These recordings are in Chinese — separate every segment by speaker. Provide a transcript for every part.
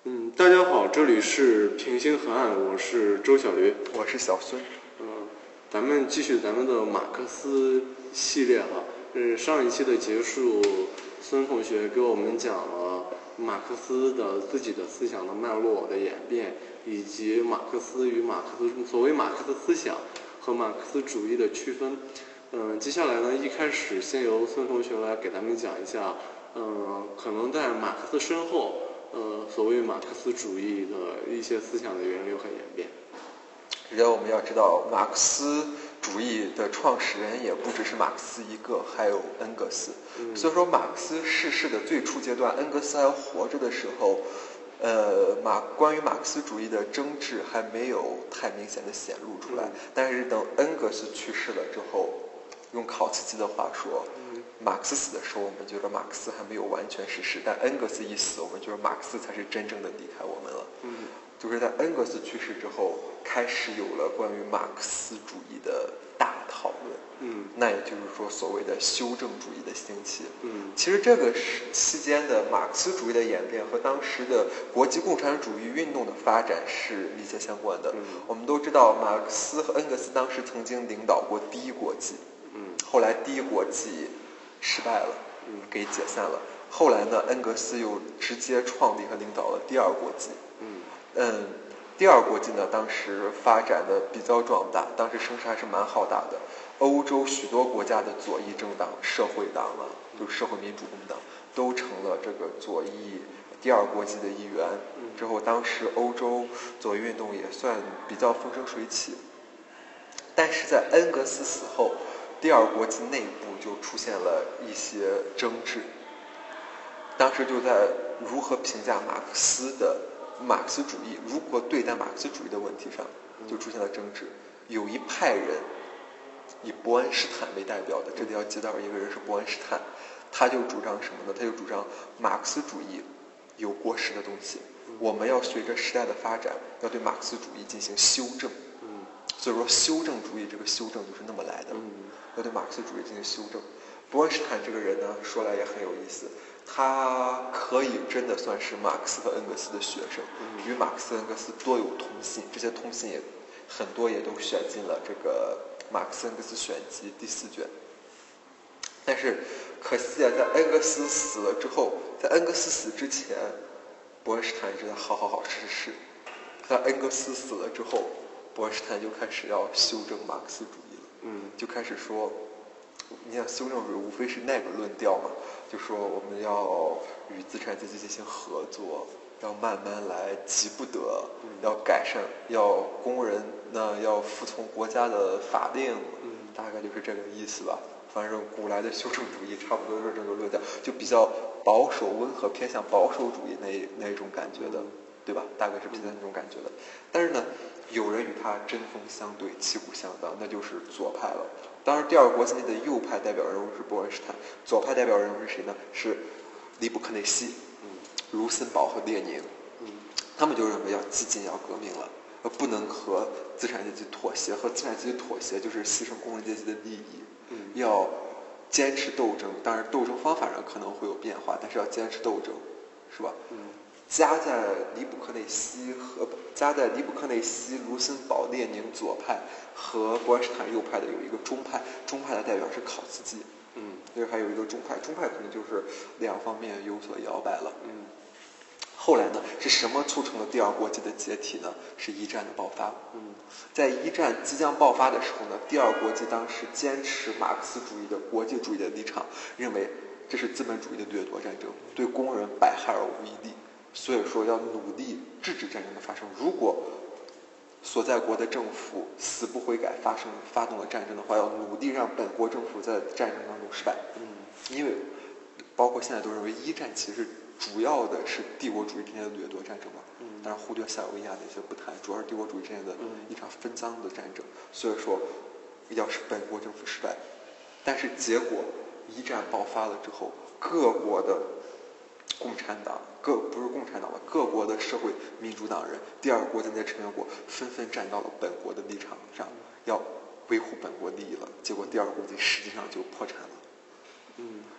Speaker 1: 大家好，这里是平行河岸，我是周小驴，
Speaker 2: 我是小孙。
Speaker 1: 咱们继续咱们的马克思系列哈。上一期的结束，孙同学给我们讲了马克思的自己的思想的脉络的演变，以及马克思与所谓马克思思想和马克思主义的区分。接下来呢，一开始先由孙同学来给咱们讲一下，可能在马克思身后，所谓马克思主义的一些思想的源流和演变。
Speaker 2: 首先我们要知道，马克思主义的创始人也不只是马克思一个，还有恩格斯。所以说，马克思逝世的最初阶段，恩格斯还活着的时候，关于马克思主义的争执还没有太明显的显露出来。但是等恩格斯去世了之后，用考茨基的话说，马克思死的时候，我们觉得马克思还没有完全逝世，但恩格斯一死，我们觉得马克思才是真正的离开我们了。就是在恩格斯去世之后，开始有了关于马克思主义的大讨论。那也就是说，所谓的修正主义的兴起。其实这个期间的马克思主义的演变和当时的国际共产主义运动的发展是密切相关的。我们都知道，马克思和恩格斯当时曾经领导过第一国际，后来第一国际失败了，给解散了。后来呢，恩格斯又直接创立和领导了第二国际。第二国际呢，当时发展的比较壮大，当时声势还是蛮浩大的。欧洲许多国家的左翼政党、社会党就是社会民主工党，都成了这个左翼第二国际的一员。之后，当时欧洲左翼运动也算比较风生水起。但是在恩格斯死后，第二国际内部就出现了一些争执。当时就在如何评价马克思主义，如何对待马克思主义的问题上，就出现了争执。有一派人以伯恩斯坦为代表的，这里要提到一个人是伯恩斯坦，他就主张什么呢？他就主张马克思主义有过时的东西，我们要随着时代的发展，要对马克思主义进行修正。所以说，修正主义这个修正就是那么来的，要对马克思主义进行修正。伯恩斯坦这个人呢，说来也很有意思，他可以真的算是马克思和恩格斯的学生，与马克思、恩格斯多有通信，这些通信也很多也都选进了这个马克思恩格斯选集第4卷。但是可惜啊，在恩格斯死了之后，在恩格斯死之前，伯恩斯坦一直在好是。在恩格斯死了之后，伯恩斯坦就开始要修正马克思主义了。就开始说，你想修正主义无非是那个论调嘛，就说我们要与资产阶级进行合作，要慢慢来，急不得，要改善，要工人呢要服从国家的法令，大概就是这个意思吧。反正古来的修正主义差不多是这个论调，就比较保守温和，偏向保守主义那种感觉的，对吧？大概是偏向那种感觉的。但是呢，有人与他针锋相对，旗鼓相当，那就是左派了。当时第二国际内的右派代表人物是伯恩斯坦，左派代表人物是谁呢？是里布克内西、卢森堡和列宁。他们就认为要激进，要革命了，不能和资产阶级妥协，和资产阶级妥协就是牺牲工人阶级的利益。要坚持斗争，当然斗争方法上可能会有变化，但是要坚持斗争，是吧？夹在里布克内西、卢森堡、列宁左派和伯恩斯坦右派的有一个中派，中派的代表是考茨基。所以还有一个中派，中派可能就是两方面有所摇摆了。后来呢，是什么促成了第二国际的解体呢？是一战的爆发。在一战即将爆发的时候呢，第二国际当时坚持马克思主义的国际主义的立场，认为这是资本主义的掠夺战争，对工人百害而无一利，所以说要努力制止战争的发生。如果所在国的政府死不悔改，发动了战争的话，要努力让本国政府在战争当中失败。因为包括现在都认为一战其实主要的是帝国主义之间的掠夺战争嘛，当然忽略塞尔维亚那些不谈，主要是帝国主义之间的一场分赃的战争。所以说，要使本国政府失败。但是结果，一战爆发了之后，各国的共产党，不是共产党吧，各国的社会民主党人，第二国的那些成员国纷纷站到了本国的立场上，要维护本国利益了。结果第二国际实际上就破产了。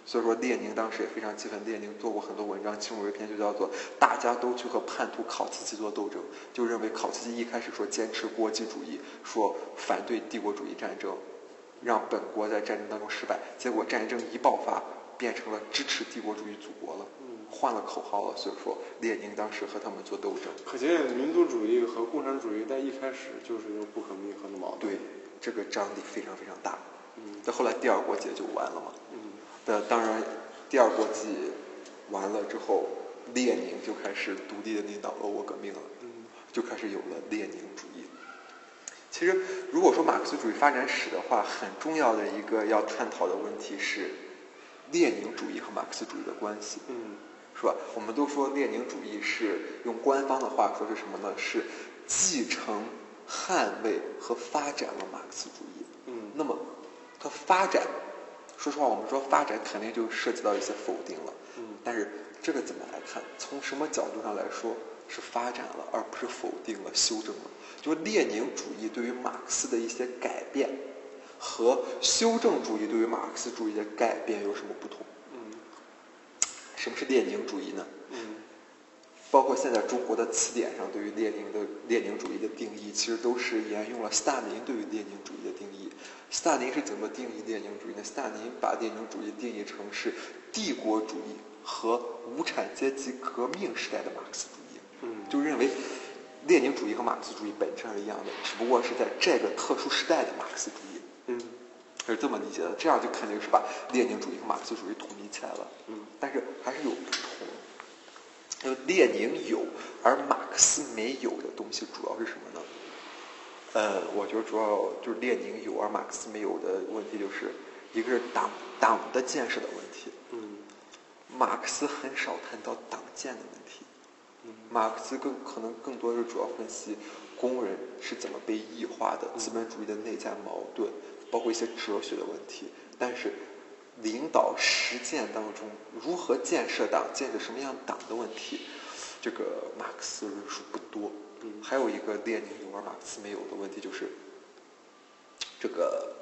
Speaker 2: 所以说列宁当时也非常气愤，列宁做过很多文章，其中有一篇就叫做大家都去和叛徒考茨基做斗争，就认为考茨基一开始说坚持国际主义，说反对帝国主义战争，让本国在战争当中失败，结果战争一爆发变成了支持帝国主义祖国了，换了口号了，所以说列宁当时和他们做斗争。
Speaker 1: 可见民族主义和共产主义在一开始就是有不可弥合的矛盾。
Speaker 2: 对，这个张力非常非常大。到后来第二国际就完了嘛。当然，第二国际完了之后，列宁就开始独立的领导俄国革命了，就开始有了列宁主义。其实，如果说马克思主义发展史的话，很重要的一个要探讨的问题是列宁主义和马克思主义的关系。是吧？我们都说列宁主义是用官方的话说是什么呢？是继承、捍卫和发展了马克思主义。那么它发展，说实话，我们说发展肯定就涉及到一些否定了。但是这个怎么来看？从什么角度上来说是发展了，而不是否定了、修正了？就列宁主义对于马克思的一些改变，和修正主义对于马克思主义的改变有什么不同？什么是列宁主义呢？包括现在中国的词典上对于列宁主义的定义，其实都是沿用了斯大林对于列宁主义的定义。斯大林是怎么定义列宁主义呢？斯大林把列宁主义定义成是帝国主义和无产阶级革命时代的马克思主义。就认为列宁主义和马克思主义本质上是一样的，只不过是在这个特殊时代的马克思主义。是这么理解的，这样就肯定是把列宁主义和马克思主义统一起来了。但是还是有不同。列宁有而马克思没有的东西主要是什么呢？我觉得主要就是列宁有而马克思没有的问题，就是一个是党的建设的问题。马克思很少谈到党建的问题。马克思可能更多是主要分析工人是怎么被异化的，资本主义的内在矛盾，包括一些哲学的问题。但是领导实践当中如何建设党，建设什么样党的问题，这个马克思论述不多。还有一个列宁有而马克思没有的问题，就是这个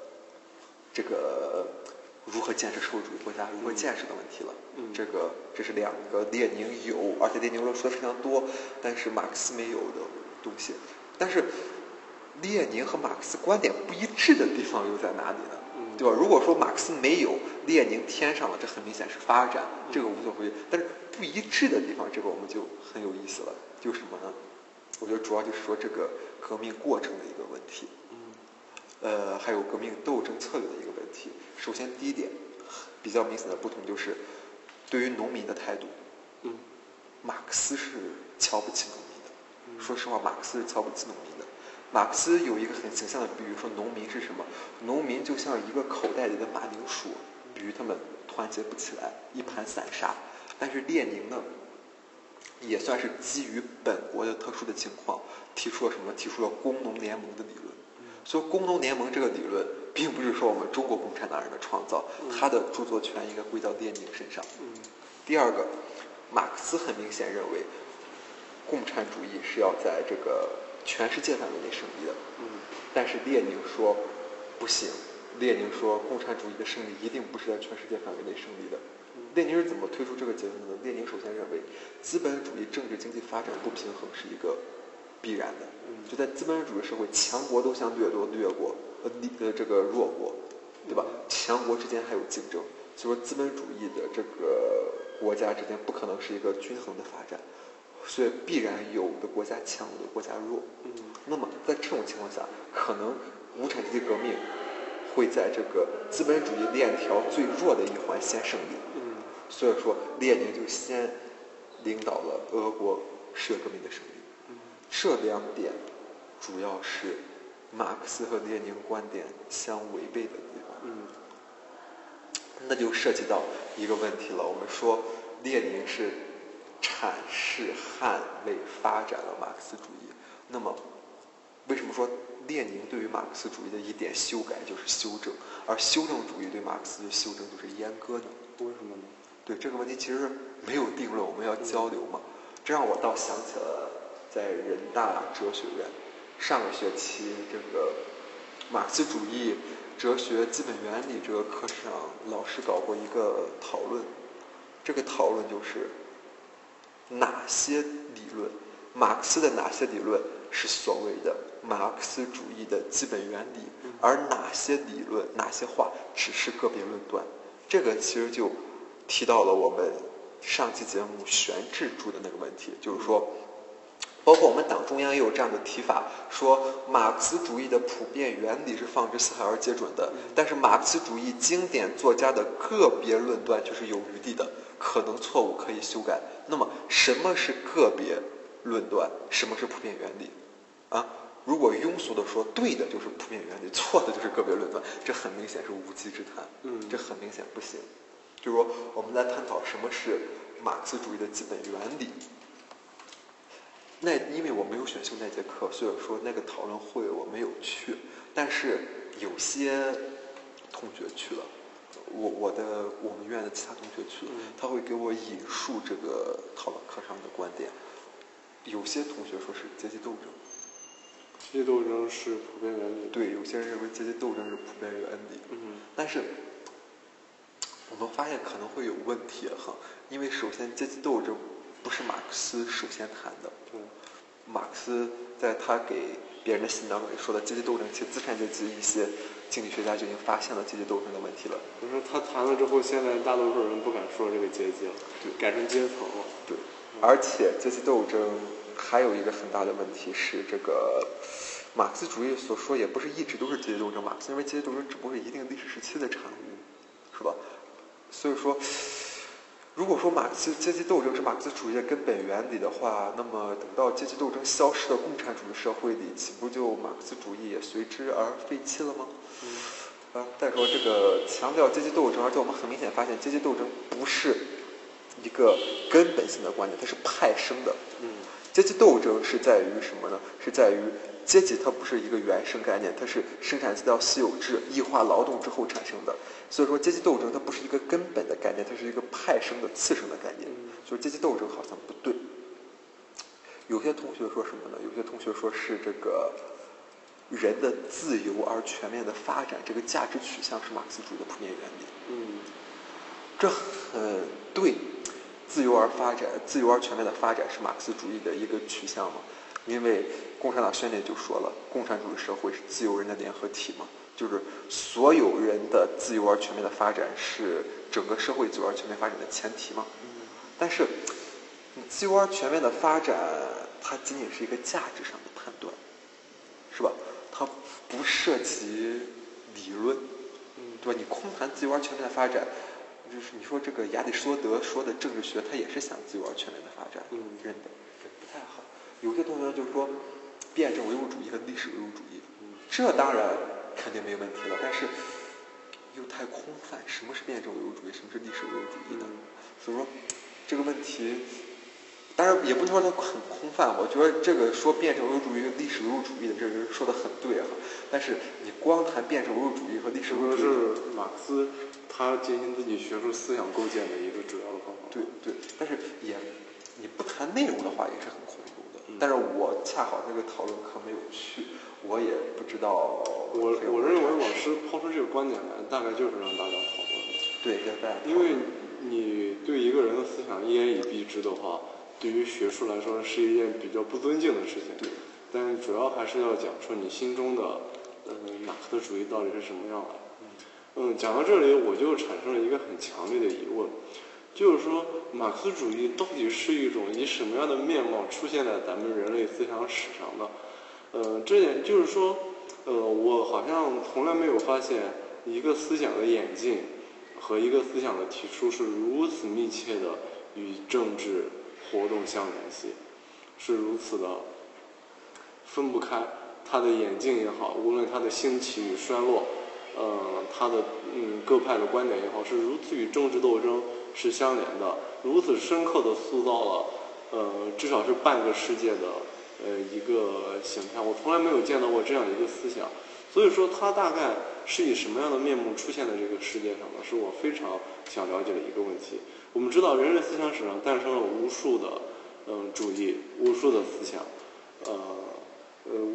Speaker 2: 如何建设社会主义国家，如何建设的问题了。这是两个列宁有，而且列宁论述的非常多，但是马克思没有的东西。但是列宁和马克思观点不一致的地方又在哪里呢？对吧？如果说马克思没有，列宁添上了，这很明显是发展，这个无所谓。但是不一致的地方，这个我们就很有意思了。就是什么呢？我觉得主要就是说这个革命过程的一个问题，还有革命斗争策略的一个问题。首先第一点比较明显的不同就是对于农民的态度。马克思是瞧不起农民的。说实话，马克思是瞧不起农民的。马克思有一个很形象的比喻，说农民是什么？农民就像一个口袋里的马铃薯，比喻他们团结不起来，一盘散沙。但是列宁呢，也算是基于本国的特殊的情况，提出了什么？提出了工农联盟的理论。所以工农联盟这个理论并不是说我们中国共产党人的创造，他的著作权应该归到列宁身上。第二个，马克思很明显认为共产主义是要在这个全世界范围内胜利的。但是列宁说不行，列宁说共产主义的胜利一定不是在全世界范围内胜利的。列宁是怎么推出这个结论的呢？列宁首先认为资本主义政治经济发展不平衡是一个必然的。就在资本主义社会，强国都想掠夺这个弱国，对吧？强国之间还有竞争，所以说资本主义的这个国家之间不可能是一个均衡的发展，所以必然有的国家强，有的国家弱。那么在这种情况下，可能无产阶级革命会在这个资本主义链条最弱的一环先胜利。所以说列宁就先领导了俄国十月革命的胜利。这两点主要是马克思和列宁观点相违背的地方。那就涉及到一个问题了，我们说列宁是阐释、捍卫、发展了马克思主义，那么为什么说列宁对于马克思主义的一点修改就是修正，而修正主义对马克思的修正就是阉割呢？
Speaker 1: 为什么呢？
Speaker 2: 对这个问题其实没有定论，我们要交流嘛。这让我倒想起了在人大哲学院上个学期这个马克思主义哲学基本原理这个课上，老师搞过一个讨论，这个讨论就是哪些理论，马克思的哪些理论是所谓的马克思主义的基本原理，而哪些理论、哪些话只是个别论断。这个其实就提到了我们上期节目悬置住的那个问题，就是说，包括我们党中央也有这样的提法，说马克思主义的普遍原理是放之四海而皆准的，但是马克思主义经典作家的个别论断就是有余地的，可能错误可以修改。那么什么是个别论断，什么是普遍原理啊？如果庸俗的说，对的就是普遍原理，错的就是个别论断，这很明显是无稽之谈，这很明显不行。就是说，我们来探讨什么是马克思主义的基本原理。那因为我没有选修那节课，所以说那个讨论会我没有去，但是有些同学去了，我们院的其他同学去了，他会给我引述这个讨论课上的观点。有些同学说是阶级斗争，
Speaker 1: 阶级斗争是普遍原理。
Speaker 2: 对，有些人认为阶级斗争是普遍原理。但是我们发现可能会有问题哈，因为首先阶级斗争不是马克思首先谈的。马克思在他给别人的信当中也说了，阶级斗争其实资产阶级一些经济学家就已经发现了阶级斗争的问题了。
Speaker 1: 比如说他谈了之后，现在大多数人不敢说这个阶级了，
Speaker 2: 对，
Speaker 1: 改成阶层了。
Speaker 2: 对，而且阶级斗争还有一个很大的问题是，这个马克思主义所说也不是一直都是阶级斗争，马克思认为阶级斗争只不过是一定历史时期的产物，是吧？所以说，如果说马克思阶级斗争是马克思主义的根本原理的话，那么等到阶级斗争消失的共产主义社会里，岂不就马克思主义也随之而废弃了吗？再说这个强调阶级斗争，而且我们很明显发现，阶级斗争不是一个根本性的观点，它是派生的。阶级斗争是在于什么呢？是在于阶级它不是一个原生概念，它是生产资料私有制、异化劳动之后产生的。所以说阶级斗争它不是一个根本的概念，它是一个派生的次生的概念。所以阶级斗争好像不对。有些同学说什么呢？有些同学说是这个人的自由而全面的发展，这个价值取向是马克思主义的普遍原理。这很对。自由而发展，自由而全面的发展是马克思主义的一个取向嘛？因为共产党宣言就说了，共产主义社会是自由人的联合体嘛，就是所有人的自由而全面的发展是整个社会自由而全面发展的前提嘛。但是，自由而全面的发展，它仅仅是一个价值上的判断，是吧？它不涉及理论，对吧？你空谈自由而全面的发展。就是你说这个亚里士多德说的政治学，他也是想自由而全面的发展，认的也不太好。有些同学就说辩证唯物主义和历史唯物主义，这当然肯定没有问题了，但是又太空泛。什么是辩证唯物主义？什么是历史唯物主义呢？所以说这个问题，当然也不能说它很空泛。我觉得这个说辩证唯物主义和历史唯物主义的这个人说的很对哈，但是你光谈辩证唯物主义和历史唯物主义，
Speaker 1: 是马克思他进行自己学术思想构建的一个主要的方法。
Speaker 2: 对，但是你不谈内容的话，也是很空洞的。但是我恰好那个讨论课没有去，我也不知道。
Speaker 1: 我认为老师抛出这个观点来，大概就是让大家讨论的。
Speaker 2: 对，让大家讨论。
Speaker 1: 因为你对一个人的思想一言以蔽之的话，对于学术来说是一件比较不尊敬的事情。
Speaker 2: 对。
Speaker 1: 但主要还是要讲出你心中的马克思主义到底是什么样的。讲到这里，我就产生了一个很强烈的疑问，就是说，马克思主义到底是一种以什么样的面貌出现在咱们人类思想史上的？这点就是说，我好像从来没有发现一个思想的演进和一个思想的提出是如此密切的与政治活动相联系，是如此的分不开。它的演进也好，无论它的兴起与衰落。他的各派的观点也好，是如此与政治斗争是相连的，如此深刻的塑造了至少是半个世界的一个形象。我从来没有见到过这样一个思想，所以说它大概是以什么样的面目出现在这个世界上呢？是我非常想了解的一个问题。我们知道人类思想史上诞生了无数的主义，无数的思想，无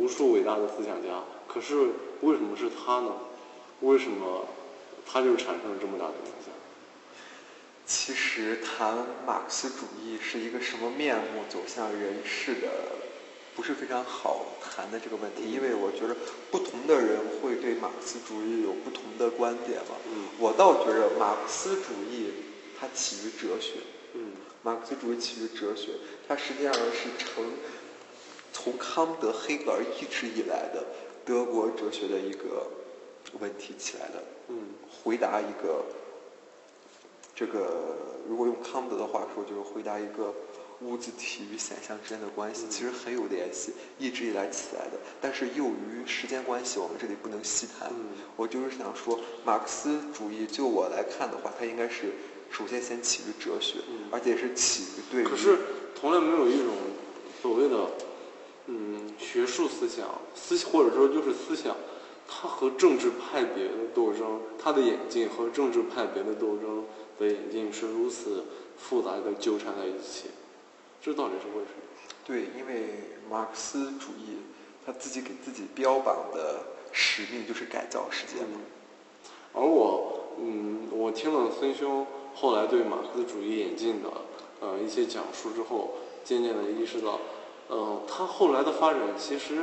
Speaker 1: 无数伟大的思想家，可是为什么是他呢？为什么他就产生了这么大的影响？
Speaker 2: 其实谈马克思主义是一个什么面目走向人世的，不是非常好谈的这个问题，因为我觉得不同的人会对马克思主义有不同的观点嘛。我倒觉得马克思主义它起于哲学，马克思主义起于哲学，它实际上是从康德、黑格尔一直以来的德国哲学的一个问题起来的，回答一个这个，如果用康德的话说，就是回答一个物自体与显象之间的关系，其实很有联系，一直以来起来的。但是由于时间关系，我们这里不能细谈。我就是想说，马克思主义就我来看的话，它应该是首先先起于哲学，而且是起于对于。
Speaker 1: 可是从来没有一种所谓的学术思想，或者说就是思想，它和政治派别的斗争，它的演进和政治派别的斗争的演进是如此复杂的纠缠在一起，这到底是为什么？
Speaker 2: 对，因为马克思主义他自己给自己标榜的使命就是改造世界嘛。
Speaker 1: 而我听了孙兄后来对马克思主义演进的一些讲述之后，渐渐的意识到，他后来的发展其实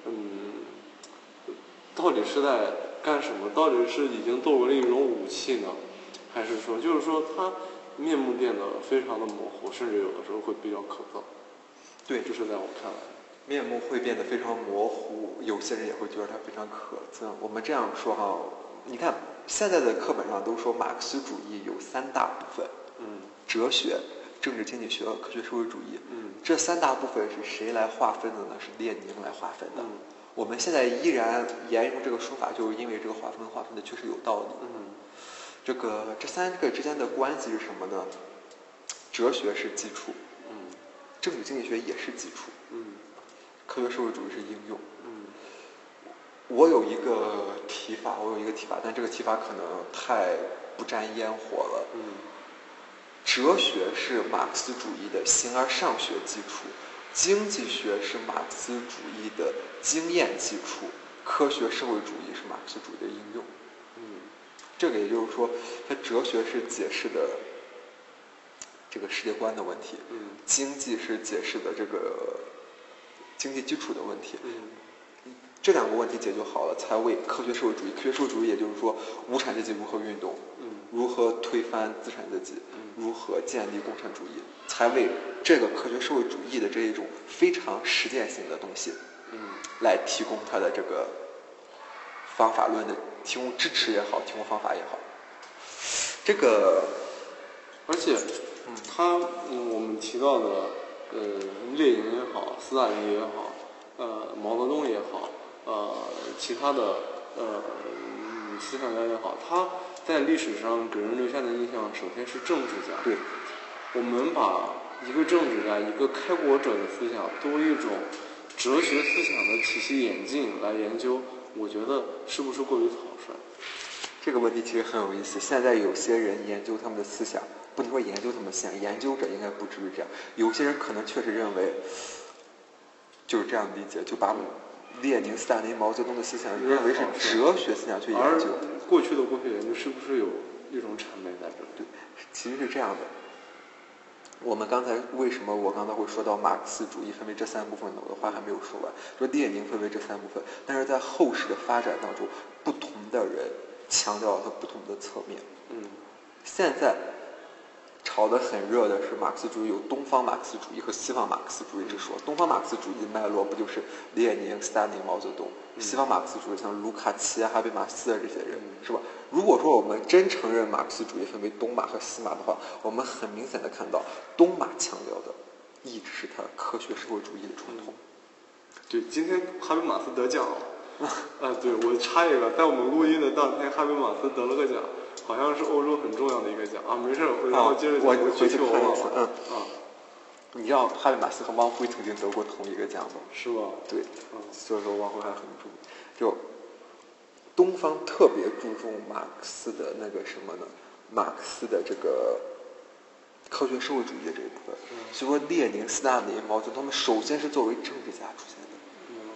Speaker 1: 到底是在干什么？到底是已经作为了一种武器呢，还是说就是说他面目变得非常的模糊，甚至有的时候会比较可憎？
Speaker 2: 对，
Speaker 1: 这是在我看来，
Speaker 2: 面目会变得非常模糊，有些人也会觉得它非常可憎。我们这样说哈，你看现在的课本上都说马克思主义有3大部分，哲学、政治经济学和科学社会主义。这3大部分是谁来划分的呢？是列宁来划分的。我们现在依然沿用这个说法，就是因为这个划分的确实有道理。这3个之间的关系是什么呢？哲学是基础，政治经济学也是基础，科学社会主义是应用。我有一个提法，但这个提法可能太不沾烟火了。哲学是马克思主义的形而上学基础，经济学是马克思主义的经验基础，科学社会主义是马克思主义的应用。这个也就是说，它哲学是解释的这个世界观的问题，经济是解释的这个经济基础的问题。这2个问题解决好了，才为科学社会主义。科学社会主义也就是说，无产阶级如何运动，如何推翻资产阶级，如何建立共产主义，才为这个科学社会主义的这一种非常实践性的东西，来提供它的这个方法论的提供支持也好，提供方法也好。这个，
Speaker 1: 而且，我们提到的，列宁也好，斯大林也好，毛泽东也好，其他的思想家也好，他在历史上给人留下的印象，首先是政治家。
Speaker 2: 对，
Speaker 1: 我们把一个政治家、一个开国者的思想作为一种哲学思想的体系演进来研究，我觉得是不是过于草率？
Speaker 2: 这个问题其实很有意思。现在有些人研究他们的思想，不能说研究他们的思想，研究者应该不至于这样。有些人可能确实认为，就是这样理解，就把列宁、斯大林、毛泽东的思想认为是哲学思想去研究。
Speaker 1: 而过去的国学研究是不是有一种谄媚在这里？
Speaker 2: 对，其实是这样的。我刚才会说到马克思主义分为这3部分呢？我的话还没有说完。说列宁分为这3部分，但是在后世的发展当中，不同的人强调了它不同的侧面。现在炒得很热的是马克思主义有东方马克思主义和西方马克思主义之说。东方马克思主义的脉络不就是列宁、斯大林、毛泽东？西方马克思主义像卢卡奇、哈贝马斯这些人，是吧？如果说我们真承认马克思主义分为东马和西马的话，我们很明显的看到，东马强调的一直是它科学社会主义的传统。
Speaker 1: 对，今天哈贝马斯得奖了。对，我插一个，在我们录音的当天，哈贝马斯得了个奖，好像是欧洲很重要的一个奖啊。没事，然后接着讲。
Speaker 2: 我回去看一次。你知道哈贝马斯和汪晖曾经得过同一个奖吗？
Speaker 1: 是吗？
Speaker 2: 对，所以说汪晖还很著名。就东方特别注重马克思的那个什么呢？马克思的这个科学社会主义的这一部分。所以说列宁、斯大林、毛泽东他们首先是作为政治家出现的。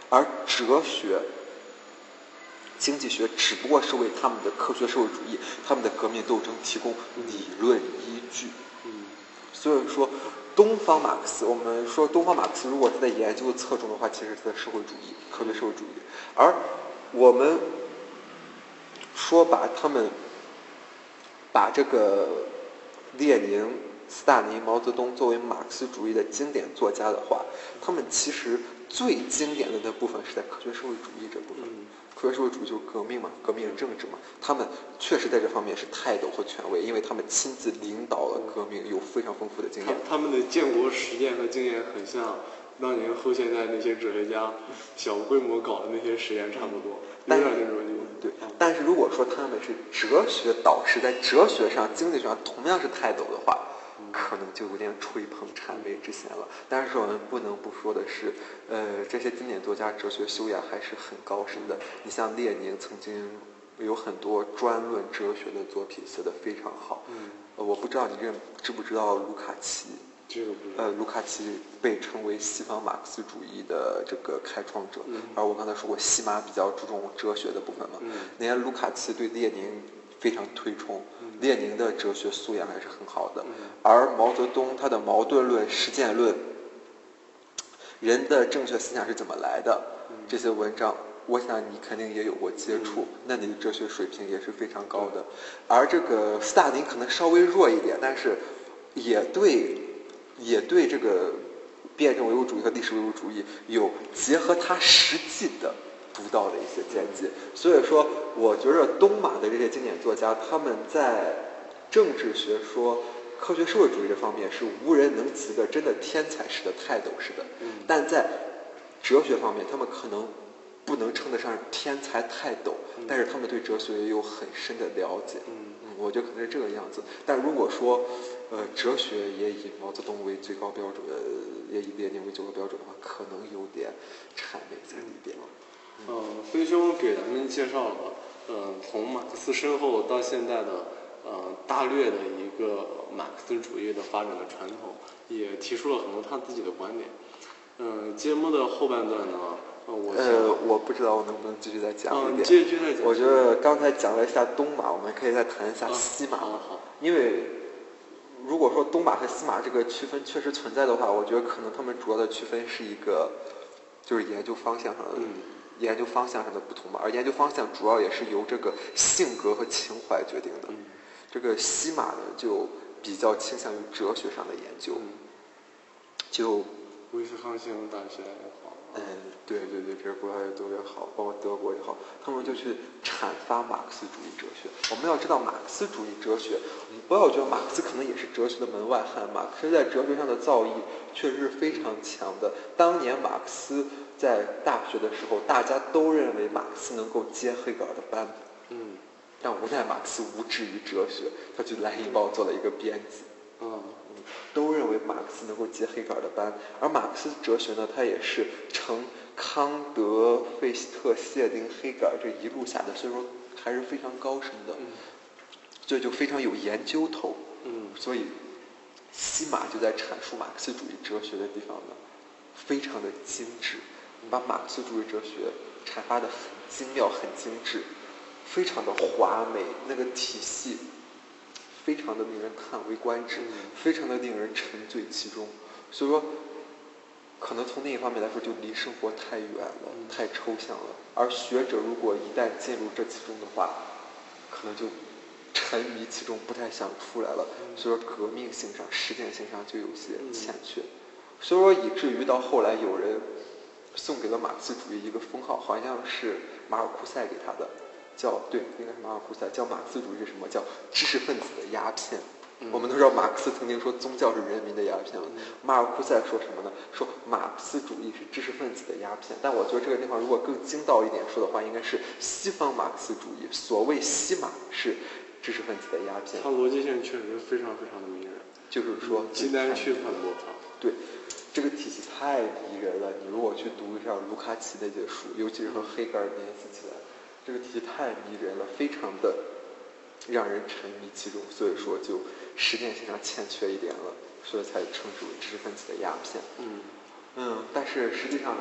Speaker 2: 而哲学、经济学只不过是为他们的科学社会主义、他们的革命斗争提供理论依据。所以说，东方马克思，我们说东方马克思如果他在研究侧重的话，其实是在社会主义、科学社会主义，而我们说把这个列宁、斯大林、毛泽东作为马克思主义的经典作家的话，他们其实最经典的那部分是在科学社会主义这部分。科学社会主义就是革命嘛，革命政治嘛，他们确实在这方面是泰斗和权威，因为他们亲自领导了革命，有非常丰富的经验。
Speaker 1: 他们的建国实践和经验很像当年后现代那些哲学家小规模搞的那些实验差不多，有点那种
Speaker 2: 对。但是如果说他们是哲学导师，在哲学上、经济学上同样是泰斗的话，可能就有点吹捧谄媚之嫌了。但是我们不能不说的是，这些经典作家哲学修养还是很高深的。你像列宁曾经有很多专论哲学的作品写得非常好。我不知道你知不知道卢卡奇？
Speaker 1: 这个不知道。
Speaker 2: 卢卡奇被称为西方马克思主义的这个开创者。而我刚才说过，西马比较注重哲学的部分嘛。那些卢卡奇对列宁非常推崇，列宁的哲学素养还是很好的。而毛泽东他的矛盾论、实践论、人的正确思想是怎么来的，这些文章我想你肯定也有过接触，那你的哲学水平也是非常高的。而这个斯大林可能稍微弱一点，但是也对这个辩证唯物主义和历史唯物主义有结合他实际的独到的一些见解。所以说我觉得东马的这些经典作家，他们在政治学说、科学社会主义这方面是无人能及的，真的天才式的、泰斗式的。但在哲学方面，他们可能不能称得上天才泰斗，但是他们对哲学也有很深的了解。我觉得可能是这个样子。但如果说哲学也以毛泽东为最高标准，也以列宁为最高标准的话，可能有点谄媚在里边。
Speaker 1: 飞兄给咱们介绍了从马克思身后到现在的大略的一个马克思主义的发展的传统，也提出了很多他自己的观点。节目的后半段呢，
Speaker 2: 我不知道我能不能继续再讲一点。
Speaker 1: 继续再讲。
Speaker 2: 我觉得刚才讲了一下东马，我们可以再谈一下西马。
Speaker 1: 好。
Speaker 2: 因为如果说东马和西马这个区分确实存在的话，我觉得可能他们主要的区分是一个就是研究方向上的不同嘛。而研究方向主要也是由这个性格和情怀决定的。这个西马呢就比较倾向于哲学上的研究。就
Speaker 1: 威斯康星大学也好。
Speaker 2: 对，这国家也特别好，包括德国也好，他们就去阐发马克思主义哲学。我们要知道马克思主义哲学，我们不要觉得马克思可能也是哲学的门外汉，马克思在哲学上的造诣确实是非常强的。当年马克思在大学的时候，大家都认为马克思能够接黑格尔的班，但无奈马克思无志于哲学，他去莱茵报做了一个编辑。都认为马克思能够接黑格尔的班，而马克思哲学呢，它也是承康德、费希特、谢林、黑格尔这一路下的，所以说还是非常高深的，所以就非常有研究头。所以西马就在阐述马克思主义哲学的地方呢，非常的精致，把马克思主义哲学阐发的很精妙、很精致，非常的华美，那个体系非常的令人叹为观止，非常的令人沉醉其中。所以说可能从另一方面来说，就离生活太远了，太抽象了。而学者如果一旦进入这其中的话，可能就沉迷其中，不太想出来了。所以说革命性上、实践性上就有些欠缺。所以说以至于到后来有人送给了马克思主义一个封号，好像是马尔库塞给他的，应该是马尔库塞，叫马克思主义是什么？叫知识分子的鸦片。我们都知道马克思曾经说宗教是人民的鸦片，马尔库塞说什么呢？说马克思主义是知识分子的鸦片。但我觉得这个地方如果更精到一点说的话，应该是西方马克思主义，所谓西马是知识分子的鸦片。
Speaker 1: 他逻辑性确实非常非常的迷人，
Speaker 2: 就是说
Speaker 1: 极难去反驳他。
Speaker 2: 对，这个体系太迷人了。你如果去读一下卢卡奇那些书，尤其是和黑格尔联系起来，这个体系太迷人了，非常的让人沉迷其中，所以说就实践性上欠缺一点了，所以才称之为知识分子的鸦片。但是实际上呢，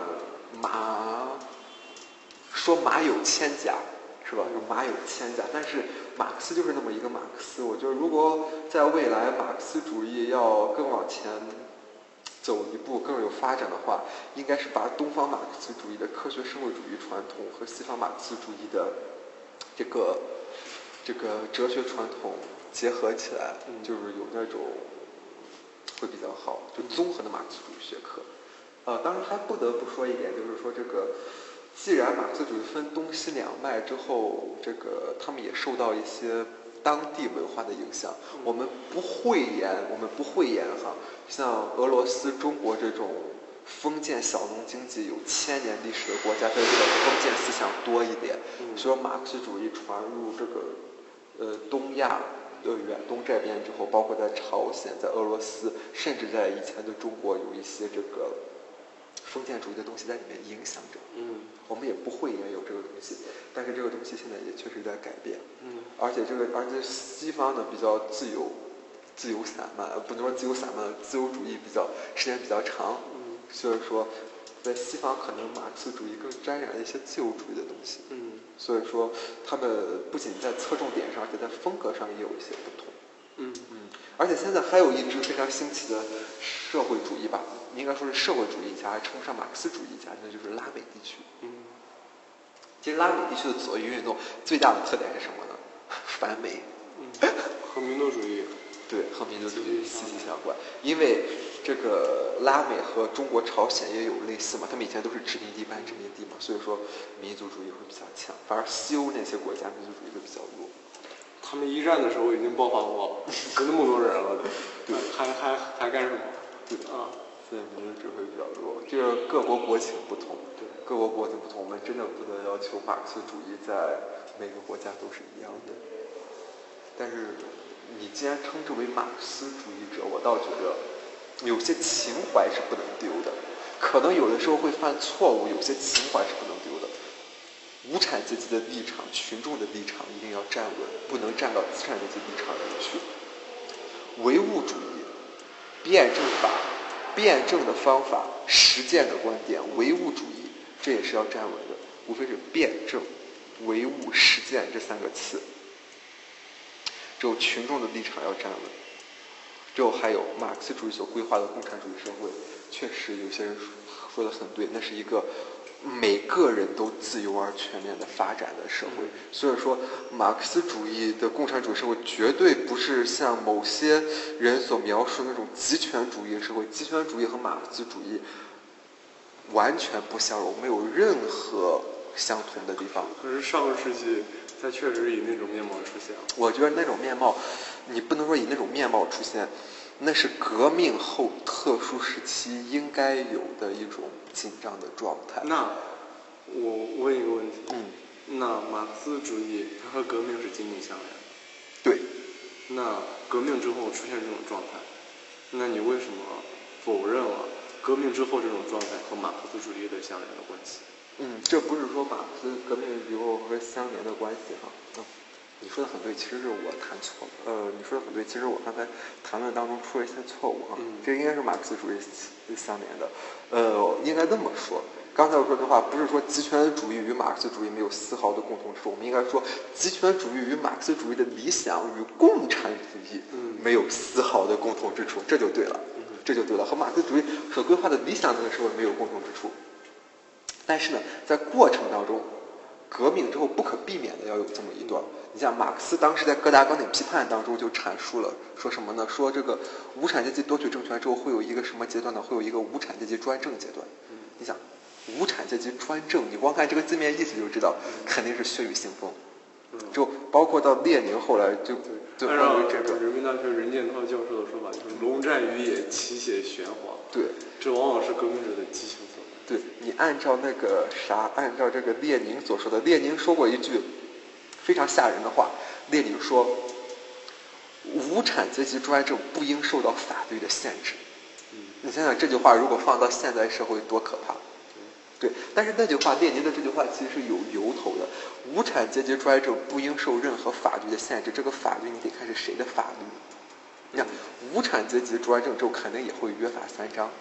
Speaker 2: 马有千甲，是吧？就马有千甲，但是马克思就是那么一个马克思。我觉得如果在未来马克思主义要更往前走一步，更有发展的话，应该是把东方马克思主义的科学生物主义传统和西方马克思主义的这个哲学传统结合起来，就是有那种会比较好，就综合的马克思主义学科。当然还不得不说一点，就是说这个，既然马克思主义分东西两脉之后，这个他们也受到一些当地文化的影响。我们不讳言哈，像俄罗斯、中国这种封建小农经济有1000年历史的国家，它这个封建思想多一点，所以说马克思主义传入这个东亚的远东这边之后，包括在朝鲜、在俄罗斯，甚至在以前的中国，有一些这个封建主义的东西在里面影响着。我们也不讳言有这个东西，但是这个东西现在也确实在改变。而且西方呢比较自由散漫，不能说自由散漫，自由主义时间比较长。所以说，在西方可能马克思主义更沾染了一些自由主义的东西。所以说，他们不仅在侧重点上，而且在风格上也有一些不同。而且现在还有一支非常兴起的社会主义吧，应该说是社会主义家，还称不上马克思主义家，那就是拉美地区。其实拉美地区的左翼运动最大的特点是什么呢？反美。
Speaker 1: 和民族主义。
Speaker 2: 对，和民族主义息息相关。因为这个拉美和中国、朝鲜也有类似嘛，他们以前都是殖民地半殖民地嘛，所以说民族主义会比较强。反而西欧那些国家民族主义会比较弱。
Speaker 1: 他们一战的时候已经爆发过，有那么多人了，对，还干什么？
Speaker 2: 对啊，所以民族主义会比较弱。这个各国国情不同，对，各国国情不同，我们真的不能要求马克思主义在每个国家都是一样的。但是你既然称之为马克思主义者，我倒觉得有些情怀是不能丢的，可能有的时候会犯错误，有些情怀是不能丢的。无产阶级的立场，群众的立场一定要站稳，不能站到资产阶级立场里去。唯物主义、辩证法、辩证的方法、实践的观点，唯物主义这也是要站稳的，无非是辩证、唯物、实践这3个词。只有群众的立场要站稳，之后还有马克思主义所规划的共产主义社会，确实有些人说的很对，那是一个每个人都自由而全面的发展的社会。所以说马克思主义的共产主义社会绝对不是像某些人所描述的那种极权主义社会，极权主义和马克思主义完全不相容，没有任何相同的地方。
Speaker 1: 可是上个世纪它确实以那种面貌出现了。
Speaker 2: 我觉得那种面貌你不能说以那种面貌出现，那是革命后特殊时期应该有的一种紧张的状态。
Speaker 1: 那我问一个问题，那马克思主义它和革命是紧紧相连的。
Speaker 2: 对。
Speaker 1: 那革命之后出现这种状态，那你为什么否认了革命之后这种状态和马克思主义的相连的关系？
Speaker 2: 这不是说马克思革命以后和相连的关系哈。你说的很对，其实是我谈错了。你说的很对，其实我刚才谈论当中出了一些错误哈。这应该是马克思主义相连的。应该这么说。刚才我说的话不是说极权主义与马克思主义没有丝毫的共同之处，我们应该说极权主义与马克思主义的理想与共产主义没有丝毫的共同之处，这就对了。这就对了，和马克思主义所规划的理想那个时候没有共同之处。但是呢，在过程当中，革命之后不可避免的要有这么一段。你像马克思当时在各大观点批判当中就阐述了，说什么呢？说这个无产阶级夺取政权之后会有一个什么阶段呢？会有一个无产阶级专政阶段。你想，无产阶级专政，你光看这个字面意思就知道，肯定是血雨腥风。就包括到列宁后来就
Speaker 1: 按照人民大学任建涛教授的说法，就是龙战于野，其血玄黄。
Speaker 2: 对，
Speaker 1: 这往往是革命者的激情所在。
Speaker 2: 对，你按照这个列宁所说的，列宁说过一句非常吓人的话。列宁说，无产阶级专政不应受到法律的限制。你想想这句话如果放到现在社会多可怕。对，但是那句话，列宁的这句话其实是有由头的。无产阶级专政不应受任何法律的限制，这个法律你得看是谁的法律。你看，无产阶级专政之后肯定也会约法三章，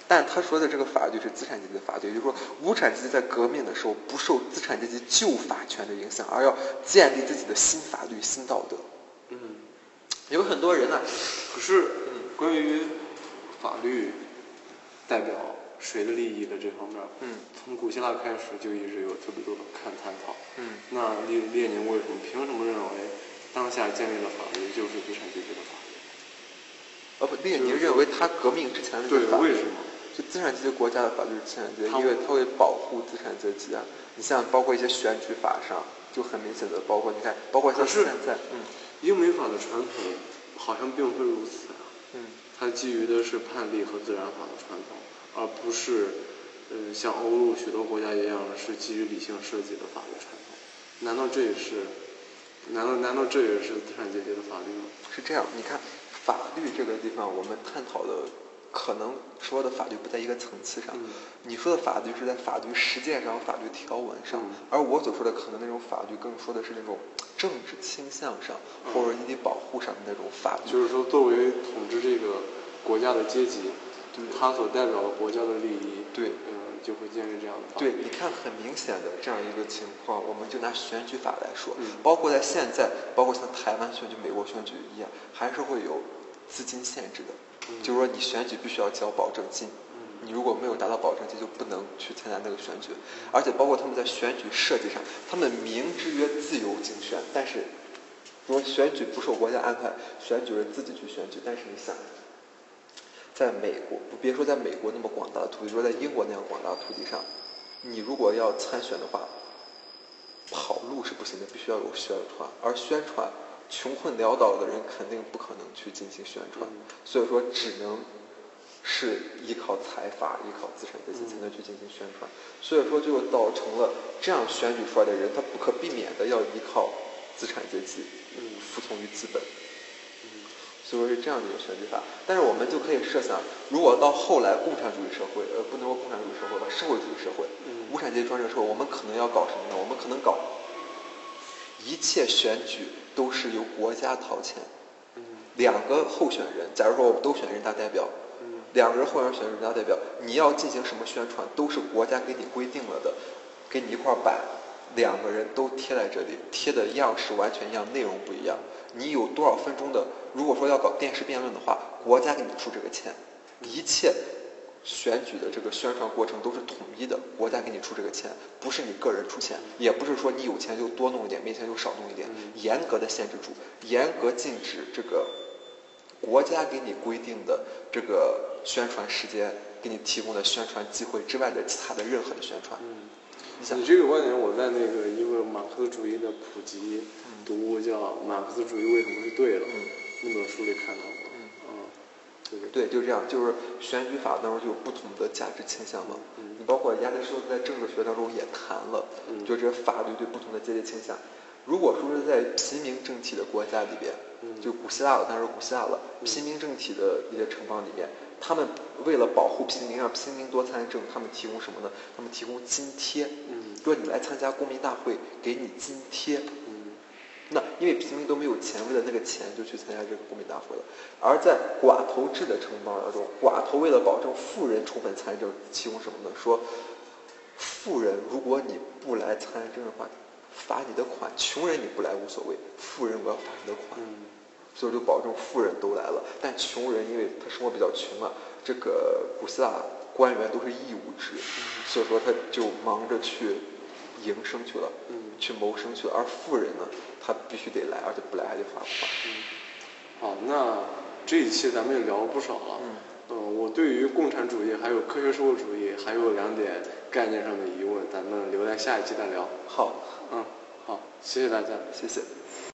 Speaker 2: 但他说的这个法律是资产阶级的法律，也就是说，无产阶级在革命的时候不受资产阶级旧法权的影响，而要建立自己的新法律、新道德。有很多人呢，
Speaker 1: 可是关于法律代表谁的利益的这方面，从古希腊开始就一直有特别多的探讨。那列宁为什么凭什么认为当下建立的法律就是资产阶级的法律？
Speaker 2: 不，列宁认为他革命之前的这个法律，
Speaker 1: 对，为什么？
Speaker 2: 就资产阶级国家的法律是资产阶级，因为它会保护资产阶级啊。你像包括一些选举法上，就很明显的包括，你看，包括像现在，
Speaker 1: 英美法的传统好像并非如此啊。它基于的是判例和自然法的传统，而不是像欧陆许多国家一样的是基于理性设计的法律传统。难道这也是资产阶级的法律吗？
Speaker 2: 是这样，你看法律这个地方，我们探讨的可能说的法律不在一个层次上。你说的法律是在法律实践上、法律条文上，而我所说的可能那种法律更说的是那种政治倾向上或者利益保护上的那种法律。
Speaker 1: 就是说，作为统治这个国家的阶级，他所代表的国家的利益，就会建立这样的法律。
Speaker 2: 对，你看很明显的这样一个情况，我们就拿选举法来说，包括在现在，包括像台湾选举、美国选举一样，还是会有资金限制的。就是说，你选举必须要交保证金，你如果没有达到保证金，就不能去参加那个选举。而且包括他们在选举设计上，他们明知曰自由竞选，但是如果选举不受国家安排，选举人自己去选举。但是你想，在美国，别说在美国那么广大的土地，说在英国那样广大的土地上，你如果要参选的话，跑路是不行的，必须要有宣传，而宣传穷困潦倒的人肯定不可能去进行宣传，所以说只能是依靠财阀、依靠资产阶级才能去进行宣传，所以说就造成了这样选举出来的人，他不可避免的要依靠资产阶级，服从于资本，所以说是这样的一个选举法。但是我们就可以设想，如果到后来共产主义社会，不能说共产主义社会吧，社会主义社会，无产阶级专政社会，我们可能要搞什么呢？我们可能搞一切选举都是由国家掏钱，两个候选人，假如说我们都选人大代表，两个人候选人选人大代表，你要进行什么宣传，都是国家给你规定了的，给你一块板，两个人都贴在这里，贴的样式完全一样，内容不一样。你有多少分钟的，如果说要搞电视辩论的话，国家给你出这个钱，一切选举的这个宣传过程都是统一的，国家给你出这个钱，不是你个人出钱，也不是说你有钱就多弄一点，没钱就少弄一点，严格的限制住，严格禁止这个国家给你规定的这个宣传时间，给你提供的宣传机会之外的其他的任何的宣传。
Speaker 1: 你这个观点，我在那个一个马克思主义的普及读物叫《马克思主义为什么是对的》那本书里看到过。
Speaker 2: 对，就这样，就是选举法当中就有不同的价值倾向嘛。你包括亚里士多德在政治学当中也谈了，就这个法律对不同的阶级倾向。如果说是在平民政体的国家里边，就古希腊了，当然是古希腊了，平民政体的一些城邦里面，他们为了保护平民，让平民多参政，他们提供什么呢？他们提供津贴。说你来参加公民大会，给你津贴。那因为平民都没有钱，为了那个钱就去参加这个公民大会了。而在寡头制的城邦当中，寡头为了保证富人充分参政，提供什么呢？说富人如果你不来参政的话，罚你的款；穷人你不来无所谓，富人我要罚你的款。所以就保证富人都来了，但穷人因为他生活比较穷啊，这个古希腊官员都是义务制，所以说他就忙着去营生去了，去谋生去了，而富人呢，他必须得来，而且不来还得罚款。
Speaker 1: 好，那这一期咱们也聊了不少了。我对于共产主义还有科学社会主义还有2点概念上的疑问，咱们留在下一期再聊。
Speaker 2: 好，
Speaker 1: 好，谢谢大家，
Speaker 2: 谢谢。